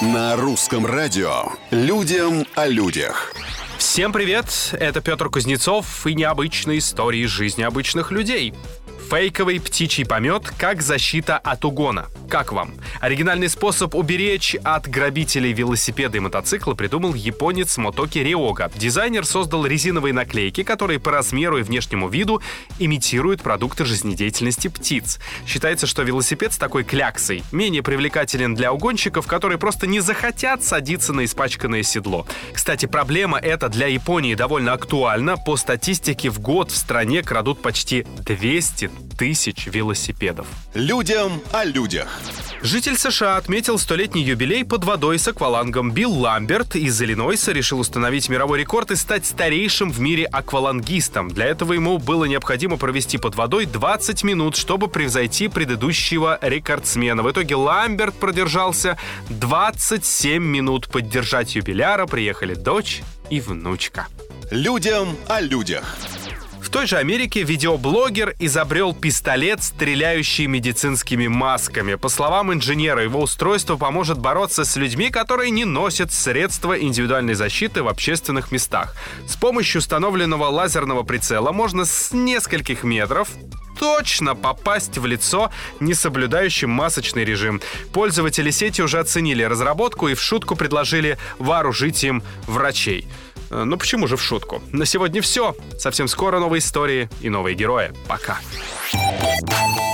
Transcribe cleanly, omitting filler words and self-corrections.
На русском радио «Людям о людях». Всем привет, это Петр Кузнецов и необычные истории из жизни обычных людей. Фейковый птичий помет как защита от угона. Как вам? Оригинальный способ уберечь от грабителей велосипеда и мотоцикла придумал японец Мотоки Рёга. Дизайнер создал резиновые наклейки, которые по размеру и внешнему виду имитируют продукты жизнедеятельности птиц. Считается, что велосипед с такой кляксой менее привлекателен для угонщиков, которые просто не захотят садиться на испачканное седло. Кстати, проблема эта для Японии довольно актуальна. По статистике, в год в стране крадут почти 200 тысяч велосипедов. Людям о людях. Житель США отметил 100-летний юбилей под водой с аквалангом. Билл Ламберт из Иллинойса решил установить мировой рекорд и стать старейшим в мире аквалангистом. Для этого ему было необходимо провести под водой 20 минут, чтобы превзойти предыдущего рекордсмена. В итоге Ламберт продержался 27 минут. Поддержать юбиляра приехали дочь и внучка. Людям о людях. В той же Америке видеоблогер изобрел пистолет, стреляющий медицинскими масками. По словам инженера, его устройство поможет бороться с людьми, которые не носят средства индивидуальной защиты в общественных местах. С помощью установленного лазерного прицела можно с нескольких метров точно попасть в лицо несоблюдающим масочный режим. Пользователи сети уже оценили разработку и в шутку предложили вооружить им врачей. Ну почему же в шутку? На сегодня все. Совсем скоро новые истории и новые герои. Пока.